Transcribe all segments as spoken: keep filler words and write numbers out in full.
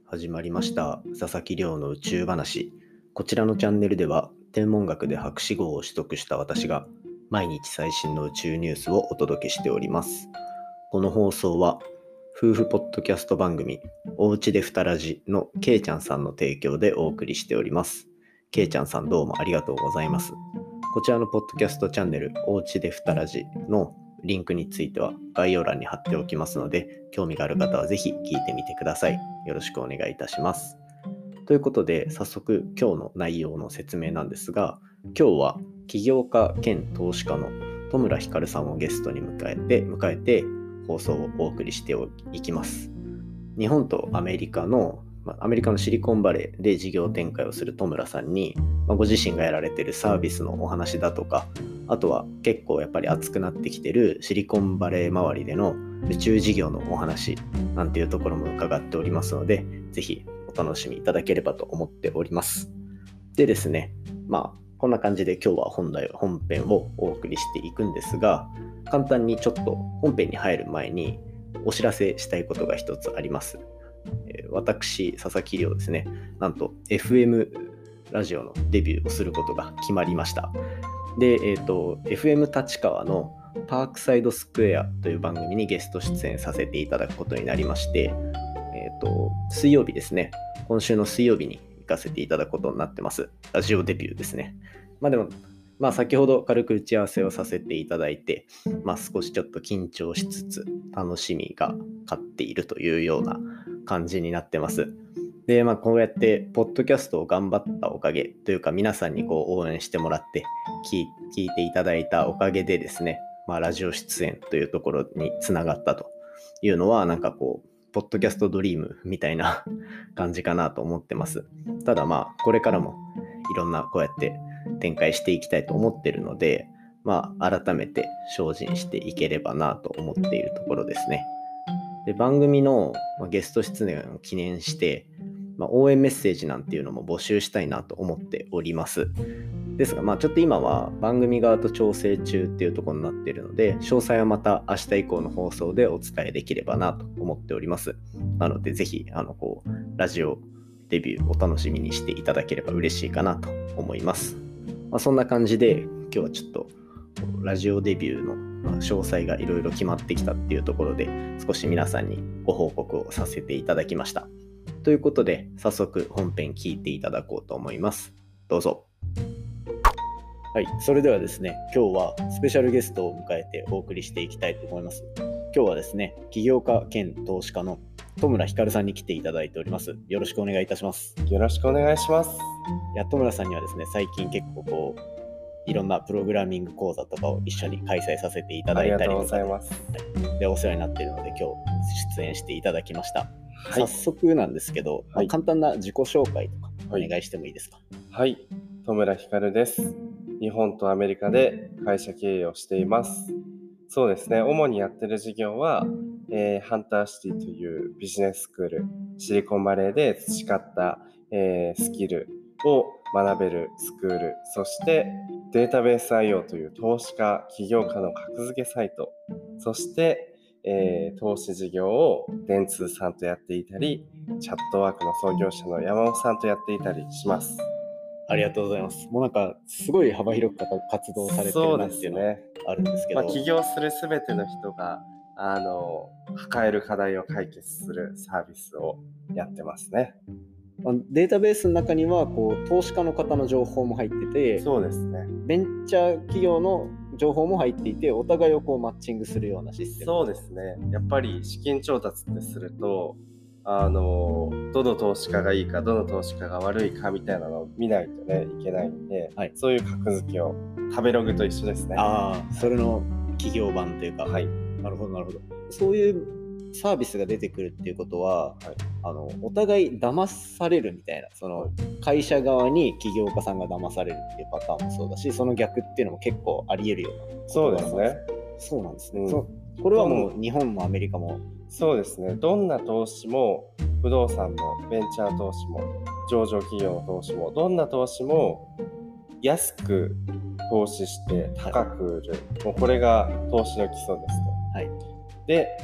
始まりました佐々木亮の宇宙話。こちらのチャンネルでは天文学で博士号を取得した私が毎日最新の宇宙ニュースをお届けしております。この放送は夫婦ポッドキャスト番組おうちでふたラジのけいちゃんさんの提供でお送りしております。けいちゃんさん、どうもありがとうございます。こちらのポッドキャストチャンネルおうちでふたラジのリンクについては概要欄に貼っておきますので、興味がある方はぜひ聞いてみてください。よろしくお願いいたします。ということで、早速今日の内容の説明なんですが、今日は起業家兼投資家の戸村ひかるさんをゲストに迎えて迎えて放送をお送りしていきます。日本とアメリカのアメリカのシリコンバレーで事業展開をする戸村さんに、ご自身がやられているサービスのお話だとか、あとは結構やっぱり熱くなってきてるシリコンバレー周りでの宇宙事業のお話なんていうところも伺っておりますので、ぜひお楽しみいただければと思っております。でですね、まあこんな感じで今日は本題本編をお送りしていくんですが、簡単にちょっと本編に入る前にお知らせしたいことが一つあります。私、佐々木亮ですね、なんと エフエム ラジオのデビューをすることが決まりました。で、えっと、エフエム 立川のパークサイドスクエアという番組にゲスト出演させていただくことになりまして、えっと、水曜日ですね、今週の水曜日に行かせていただくことになってます。ラジオデビューですね。まあでも、まあ先ほど軽く打ち合わせをさせていただいて、まあ少しちょっと緊張しつつ楽しみが勝っているというような感じになってます。で、まあこうやってポッドキャストを頑張ったおかげというか、皆さんにこう応援してもらって聞い、聞いていただいたおかげでですね、まあラジオ出演というところにつながったというのは、なんかこうポッドキャストドリームみたいな感じかなと思ってます。ただまあこれからもいろんなこうやって展開していきたいと思ってるので、まあ改めて精進していければなと思っているところですね。で、番組のゲスト出演を記念して、まあ、応援メッセージなんていうのも募集したいなと思っております。ですが、まあちょっと今は番組側と調整中っていうところになっているので、詳細はまた明日以降の放送でお伝えできればなと思っております。なのでぜひあのこうラジオデビューお楽しみにしていただければ嬉しいかなと思います。まあ、そんな感じで今日はちょっとラジオデビューの詳細がいろいろ決まってきたっていうところで、少し皆さんにご報告をさせていただきました。ということで、早速本編聞いていただこうと思います。どうぞ。はい、それではですね、今日はスペシャルゲストを迎えてお送りしていきたいと思います。今日はですね、起業家兼投資家の戸村ひかるさんに来ていただいております。よろしくお願いいたします。 よろしくお願いします。 いや、戸村さんにはですね、最近結構こういろんなプログラミング講座とかを一緒に開催させていただいたりとか で, はい、 でお世話になっているので、今日出演していただきました。はい、早速なんですけど、はい、簡単な自己紹介とかお願いしてもいいですか？ はい、戸村ひかるです。日本とアメリカで会社経営をしています。そうですね、主にやってる事業は、えー、ハンターシティというビジネススクール、シリコンバレーで培った、えー、スキルを学べるスクール、そしてデータベース アイオー という投資家、起業家の格付けサイト、そして、えー、投資事業を電通さんとやっていたり、チャットワークの創業者の山本さんとやっていたりします。 ありがとうございます。もうなんかすごい幅広く活動されてるなっていうのがあるんですけど、 そうですね。まあ、起業するすべての人があの抱える課題を解決するサービスをやってますね。 データベースの中にはこう投資家の方の情報も入ってて、 そうですね。 ベンチャー企業の情報も入っていて、お互いをこうマッチングするようなシステム。 そうですね。やっぱり資金調達ってすると、あのどの投資家がいいか、どの投資家が悪いかみたいなのを見ないとねいけないんで、はい、そういう格付けを食べログと一緒ですね。 ああ、それの企業版というか、はい、なるほどなるほど。そういうサービスが出てくるっていうことは、はい、あのお互い騙されるみたいな、その会社側に起業家さんが騙されるっていうパターンもそうだし、その逆っていうのも結構あり得るような。 そうですね。 そうなんですね。うん、そこれはもう日本もアメリカも。 そうですね。どんな投資も、不動産もベンチャー投資も上場企業の投資も、どんな投資も安く投資して高く売る、はい、もうこれが投資の基礎ですと。はい、で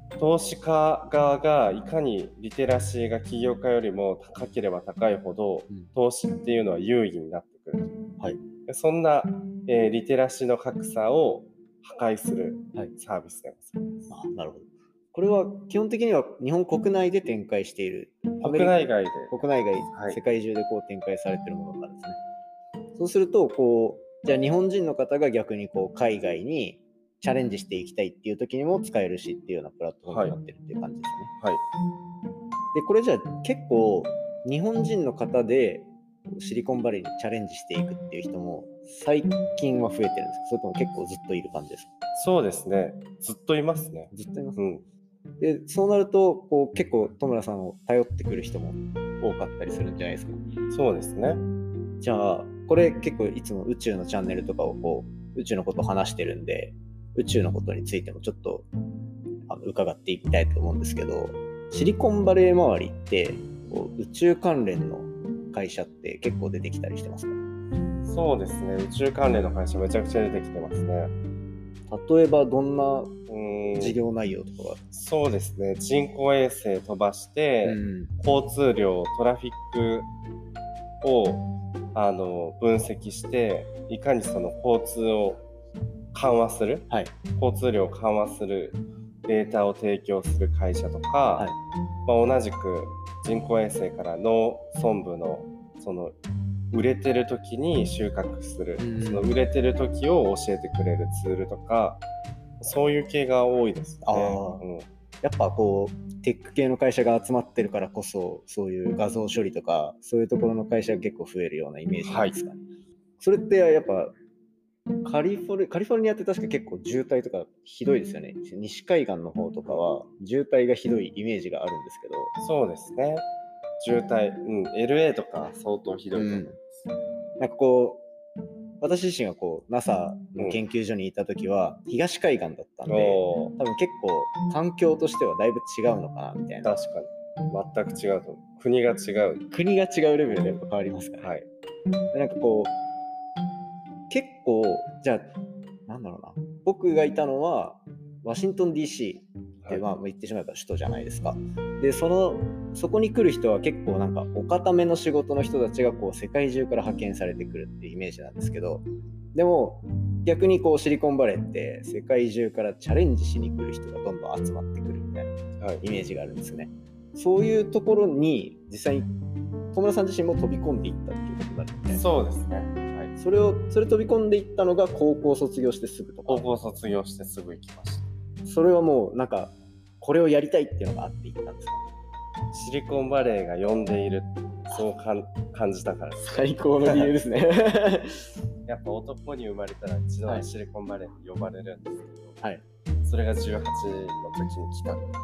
投資家側がいかにリテラシーが起業家よりも高ければ高いほど、うん、投資っていうのは有意義になってくる、はい、でそんな、えー、リテラシーの格差を破壊するサービスでございます、 はい、あ、なるほど。これは基本的には日本国内で展開している、 国内外で国内外、はい、世界中でこう展開されているものなんですね。そうするとこうじゃあ日本人の方が逆にこう海外にチャレンジしていきたいっていう時にも使えるしっていうようなプラットフォームになってるっていう感じですね。はい。でこれじゃあ結構日本人の方でシリコンバレーにチャレンジしていくっていう人も最近は増えてるんですか？それとも結構ずっといる感じですか？ そうですね。ずっといますね。 ずっといます。 うん。 でそうなるとこう結構戸村さんを頼ってくる人も多かったりするんじゃないですか？ そうですね。 じゃあこれ結構いつも宇宙のチャンネルとかをこう宇宙のことを話してるんで宇宙のことについてもちょっとあの伺っていきたいと思うんですけど、シリコンバレー周りってこう宇宙関連の会社って結構出てきたりしてますか？ そうですね。宇宙関連の会社めちゃくちゃ出てきてますね。 例えばどんな事業内容とかは？ そうですね。人工衛星飛ばして、うん、交通量トラフィックをあの分析していかにその交通を緩和する、はい、交通量を緩和するデータを提供する会社とか、はい、まあ、同じく人工衛星から農村部のその売れてる時に収穫する、うん、その売れてる時を教えてくれるツールとかそういう系が多いですね。あ、 うん、やっぱこうテック系の会社が集まってるからこそそういう画像処理とかそういうところの会社が結構増えるようなイメージなんですかね。はい、それってやっぱカリフォル、カリフォルニアって確か結構渋滞とかひどいですよね。西海岸の方とかは渋滞がひどいイメージがあるんですけど。 そうですね。渋滞、うん、エルエー とか相当ひどいと思います。 うん、なんかこう私自身がこう ナサ の研究所にいた時は東海岸だったんで、うん、多分結構環境としてはだいぶ違うのかなみたいな。 確かに全く違うと思う。国が違う。 国が違うレベルでやっぱ変わりますからね。はい、でなんかこう結構じゃあなんだろうな、僕がいたのはワシントン ディーシー って、まあ言ってしまえば首都じゃないですか。でそのそこに来る人は結構なんかお固めの仕事の人たちがこう世界中から派遣されてくるっていうイメージなんですけど、でも逆にこうシリコンバレーって世界中からチャレンジしに来る人がどんどん集まってくるみたいなイメージがあるんですよね。そういうところに実際に小村さん自身も飛び込んでいったっていうことになるんですね。 そうですね。 それをそれ飛び込んでいったのが高校卒業してすぐとか。 高校卒業してすぐ行きました。 それはもうなんかこれをやりたいっていうのがあって行ったんですか？ シリコンバレーが呼んでいる、そうかん感じたからです。 最高の理由ですね。 やっぱ男に生まれたら一度シリコンバレーに呼ばれるんですけど、はい、それがじゅうはちの時に来たって感じです。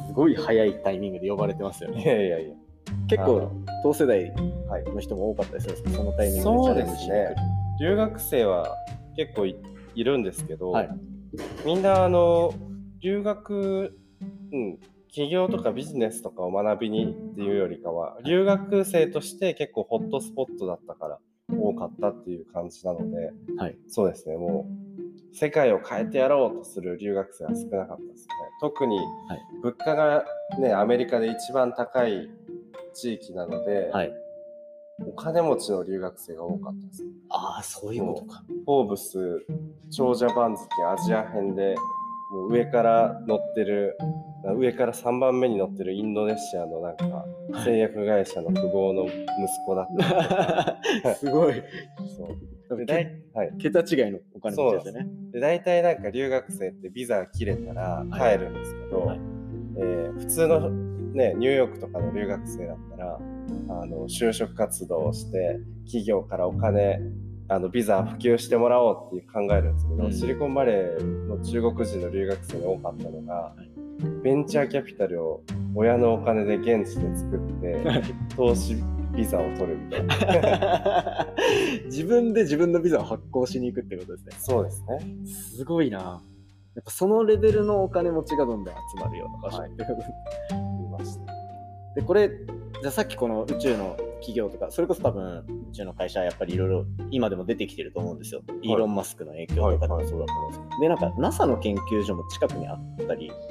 すごい早いタイミングで呼ばれてますよね。 いやいやいや。 結構同世代の人も多かったですよ、はい、そのタイミングでチャレンジしに来る。そうですね。 留学生は結構 い, いるんですけど、はい、みんなあの留学、うん、起業とかビジネスとかを学びにっていうよりかは、留学生として結構ホットスポットだったから多かったっていう感じなので、はい、そうですね。もう世界を変えてやろうとする留学生は少なかったですね。特に物価がね、アメリカで一番高い地域なので、はい、お金持ちの留学生が多かったです。 ああ、そういうことか。 フォーブス長者番付アジア編でもう上から乗ってる、上からさんばんめに乗ってるインドネシアのなんか製薬会社の富豪の息子だったりとかすごい。 そうでだい、 はい、桁違いのお金持ちですよね。 で大体なんか留学生ってビザが切れたら帰るんですけど、はいはい、えー、普通のね、ニューヨークとかの留学生だったらあの就職活動をして企業からお金あのビザ普及してもらおうって考えるんですけど、うん、シリコンバレーの中国人の留学生に多かったのが、はい、ベンチャーキャピタルを親のお金で現地で作って投資ビザを取るみたいな自分で自分のビザを発行しに行くってことですね。 そうですね。 すごいな。やっぱそのレベルのお金持ちがどんどん集まるような場所ってことですね。 見ました。 でこれじゃあさっきこの宇宙の企業とかそれこそ多分宇宙の会社やっぱりいろいろ今でも出てきてると思うんですよ、はい、イーロン・マスクの影響とかでもそうだと思うんですけど、はいはい、でなんか ナサ の研究所も近くにあったり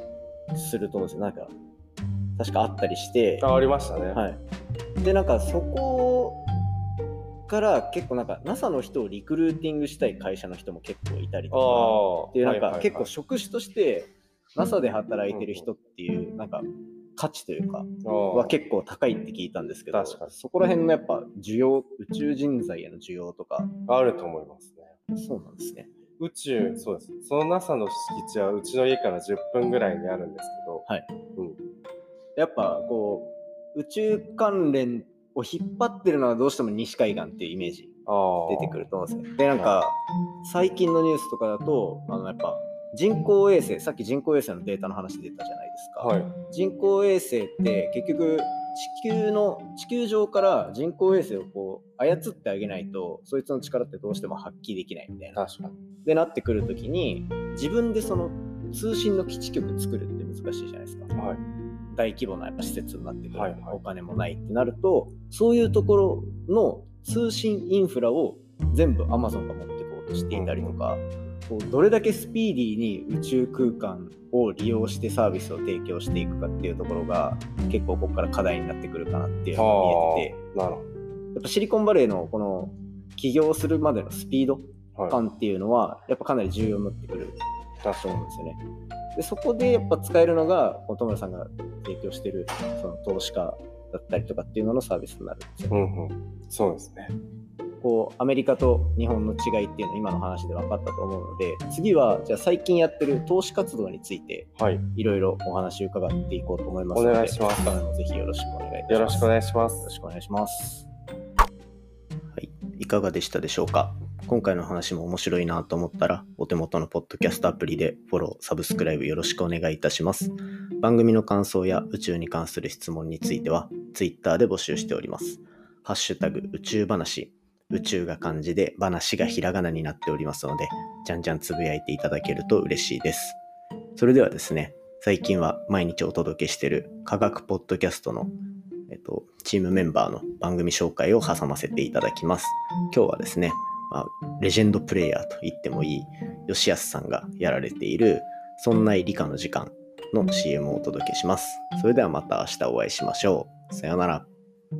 すると思うんですよ。なんか確かあったりして、 あ、ありましたね。 はい。でなんかそこから結構なんか ナサ の人をリクルーティングしたい会社の人も結構いたりとかっていう、なんか結構職種として ナサ で働いてる人っていうなんか価値というかは結構高いって聞いたんですけど、 確かにそこら辺のやっぱ需要、宇宙人材への需要とかあると思いますね。 そうなんですね。 宇宙、そうです。その ナサ の敷地はうちの家からじゅっぷんぐらいにあるんですけど、 はい。 うん、 やっぱこう宇宙関連を引っ張ってるのはどうしても西海岸っていうイメージ出てくると思うんですよ。でなんか最近のニュースとかだとあのやっぱ人工衛星、さっき人工衛星のデータの話出たじゃないですか、 はい、 人工衛星って結局地球の地球上から人工衛星をこう操ってあげないとそいつの力ってどうしても発揮できないみたいな。 確かに。 でなってくるときに自分でその通信の基地局作るって難しいじゃないですか。 はい、 大規模なやっぱ施設になってくる、 はいはい、 お金もないってなるとそういうところの通信インフラを全部 Amazon が持っていこうとしていたりとか、こうどれだけスピーディーに宇宙空間を利用してサービスを提供していくかっていうところが結構ここから課題になってくるかなっていうのが見えてて、 なるほど。 やっぱシリコンバレーのこの起業するまでのスピード感っていうのはやっぱかなり重要になってくると思うんですよね。でそこでやっぱ使えるのが戸村さんが提供しているその投資家だったりとかっていうののサービスになるんですよ。 うんうん、そうですね。 こうアメリカと日本の違いっていうのは今の話で分かったと思うので、次はじゃあ最近やってる投資活動についていろいろお話を伺っていこうと思いますので、 お願いします。 ぜひよろしくお願いいたします。 よろしくお願いします。 よろしくお願いします。はい、いかがでしたでしょうか。今回の話も面白いなと思ったら、お手元のポッドキャストアプリでフォロー、サブスクライブよろしくお願いいたします。番組の感想や宇宙に関する質問については、Twitter で募集しております。ハッシュタグ宇宙話、宇宙が漢字で話がひらがなになっておりますので、じゃんじゃんつぶやいていただけると嬉しいです。それではですね、最近は毎日お届けしている科学ポッドキャストの、えっと、チームメンバーの番組紹介を挟ませていただきます。今日はですね、まあ、レジェンドプレイヤーと言ってもいい吉安さんがやられているそんな理科の時間の シーエム をお届けします。それではまた明日お会いしましょう。さようなら。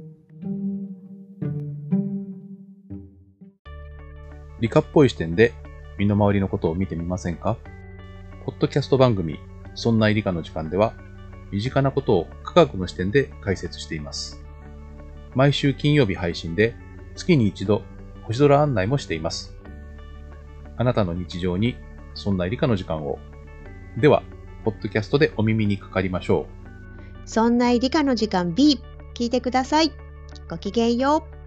理科っぽい視点で身の回りのことを見てみませんか？ポッドキャスト番組そんな理科の時間では身近なことを科学の視点で解説しています。毎週金曜日配信で月に一度星空案内もしています。あなたの日常にそんな理科の時間を。では、ポッドキャストでお耳にかかりましょう。 そんな理科の時間 B、聞いてください。ごきげんよう。